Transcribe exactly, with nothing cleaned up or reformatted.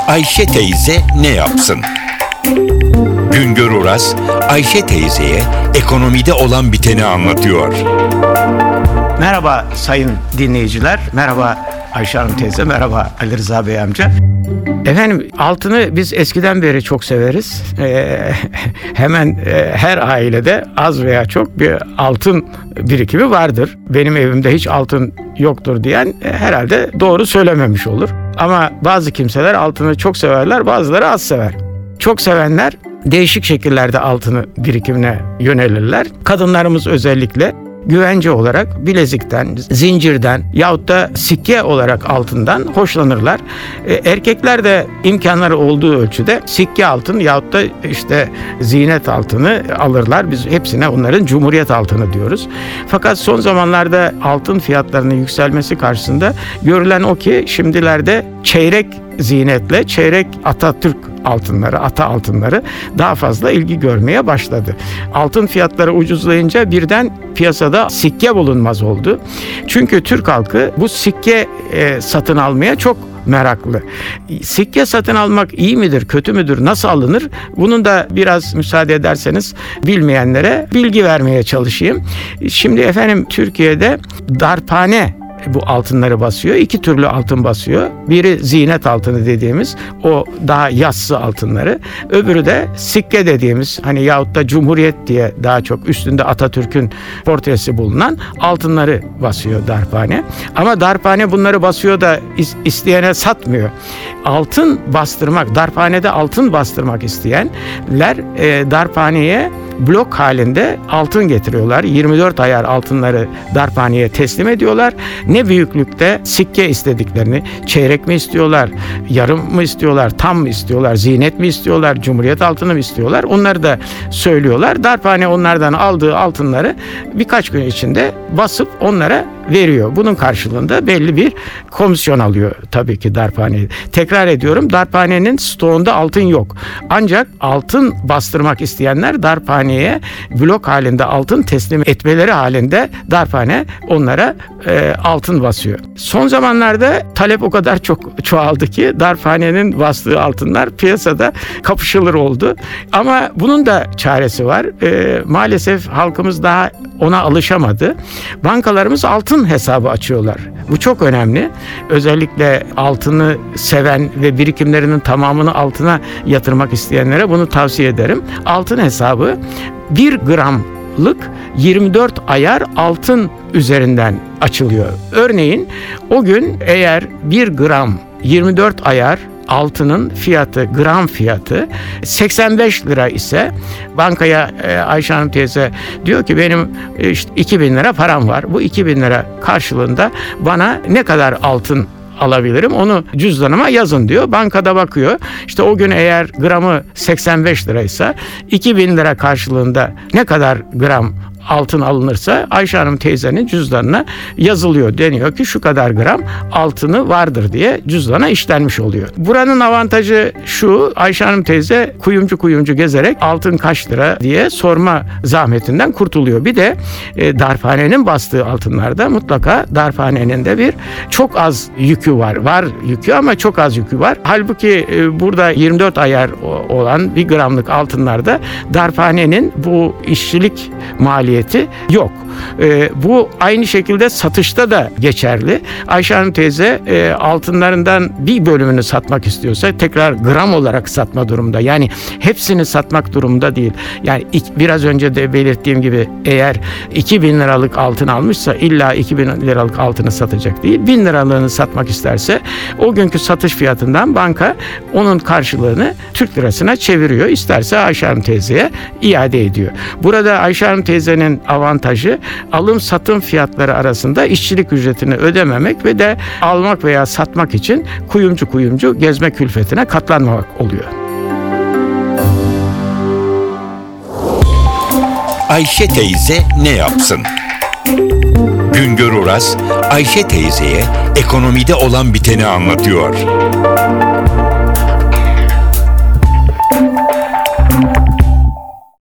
Ayşe teyze ne yapsın? Güngör Oras, Ayşe teyzeye ekonomide olan biteni anlatıyor. Merhaba sayın dinleyiciler, merhaba Ayşe Hanım teyze, merhaba Ali Rıza Bey amca. Efendim, altını biz eskiden beri çok severiz. Ee, hemen e, her ailede az veya çok bir altın birikimi vardır. Benim evimde hiç altın yoktur diyen e, herhalde doğru söylememiş olur. Ama bazı kimseler altını çok severler, bazıları az sever. Çok sevenler değişik şekillerde altını birikimine yönelirler. Kadınlarımız özellikle güvence olarak bilezikten, zincirden yahut da sikke olarak altından hoşlanırlar. E, erkekler de imkanları olduğu ölçüde sikke altın yahut da işte ziynet altını alırlar. Biz hepsine onların cumhuriyet altını diyoruz. Fakat son zamanlarda altın fiyatlarının yükselmesi karşısında görülen o ki şimdilerde çeyrek ziynetle çeyrek Atatürk altınları, ata altınları daha fazla ilgi görmeye başladı. Altın fiyatları ucuzlayınca birden piyasada sikke bulunmaz oldu. Çünkü Türk halkı bu sikke e, satın almaya çok meraklı. Sikke satın almak iyi midir, kötü müdür, nasıl alınır? Bunun da biraz müsaade ederseniz bilmeyenlere bilgi vermeye çalışayım. Şimdi efendim, Türkiye'de darphane bu altınları basıyor. İki türlü altın basıyor. Biri ziynet altını dediğimiz o daha yassı altınları. Öbürü de sikke dediğimiz hani yahut da cumhuriyet diye daha çok üstünde Atatürk'ün portresi bulunan altınları basıyor darphane. Ama darphane bunları basıyor da isteyene satmıyor. Altın bastırmak, darphanede altın bastırmak isteyenler e, darphaneye blok halinde altın getiriyorlar. yirmi dört ayar altınları darphaneye teslim ediyorlar. Ne büyüklükte sikke istediklerini, çeyrek mi istiyorlar, yarım mı istiyorlar, tam mı istiyorlar, ziynet mi istiyorlar, cumhuriyet altını mı istiyorlar, onları da söylüyorlar. Darphane onlardan aldığı altınları birkaç gün içinde basıp onlara veriyor. Bunun karşılığında belli bir komisyon alıyor tabii ki darphane. Tekrar ediyorum, darphanenin stoğunda altın yok. Ancak altın bastırmak isteyenler darphaneye blok halinde altın teslim etmeleri halinde darphane onlara e, altın basıyor. Son zamanlarda talep o kadar çok çoğaldı ki darphanenin bastığı altınlar piyasada kapışılır oldu. Ama bunun da çaresi var. E, maalesef halkımız daha ona alışamadı. Bankalarımız altın hesabı açıyorlar. Bu çok önemli. Özellikle altını seven ve birikimlerinin tamamını altına yatırmak isteyenlere bunu tavsiye ederim. Altın hesabı bir gramlık yirmi dört ayar altın üzerinden açılıyor. Örneğin o gün eğer bir gram yirmi dört ayar altının fiyatı, gram fiyatı seksen beş lira ise bankaya e, Ayşe Hanım teyze diyor ki benim e, işte iki bin lira param var. Bu iki bin lira karşılığında bana ne kadar altın alabilirim, onu cüzdanıma yazın diyor. Bankada bakıyor. İşte o gün eğer gramı seksen beş liraysa iki bin lira karşılığında ne kadar gram altın alınırsa Ayşe Hanım teyzenin cüzdanına yazılıyor. Deniyor ki şu kadar gram altını vardır diye cüzdana işlenmiş oluyor. Buranın avantajı şu: Ayşe Hanım teyze kuyumcu kuyumcu gezerek altın kaç lira diye sorma zahmetinden kurtuluyor. Bir de e, darphanenin bastığı altınlarda mutlaka darphanenin de bir çok az yükü var. Var yükü ama çok az yükü var. Halbuki e, burada yirmi dört ayar olan bir gramlık altınlarda darphanenin bu işçilik maliyeti yok. E, bu aynı şekilde satışta da geçerli. Ayşe Hanım teyze e, altınlarından bir bölümünü satmak istiyorsa tekrar gram olarak satma durumunda. Yani hepsini satmak durumunda değil. Yani biraz önce de belirttiğim gibi eğer iki bin liralık altın almışsa illa iki bin liralık altını satacak değil. bin liralığını satmak isterse o günkü satış fiyatından banka onun karşılığını Türk lirasına çeviriyor. İsterse Ayşe Hanım teyzeye iade ediyor. Burada Ayşe Hanım teyzenin avantajı alım satım fiyatları arasında işçilik ücretini ödememek ve de almak veya satmak için kuyumcu kuyumcu gezme külfetine katlanmamak oluyor. Ayşe teyze ne yapsın? Güngör Oras, Ayşe teyzeye ekonomide olan biteni anlatıyor.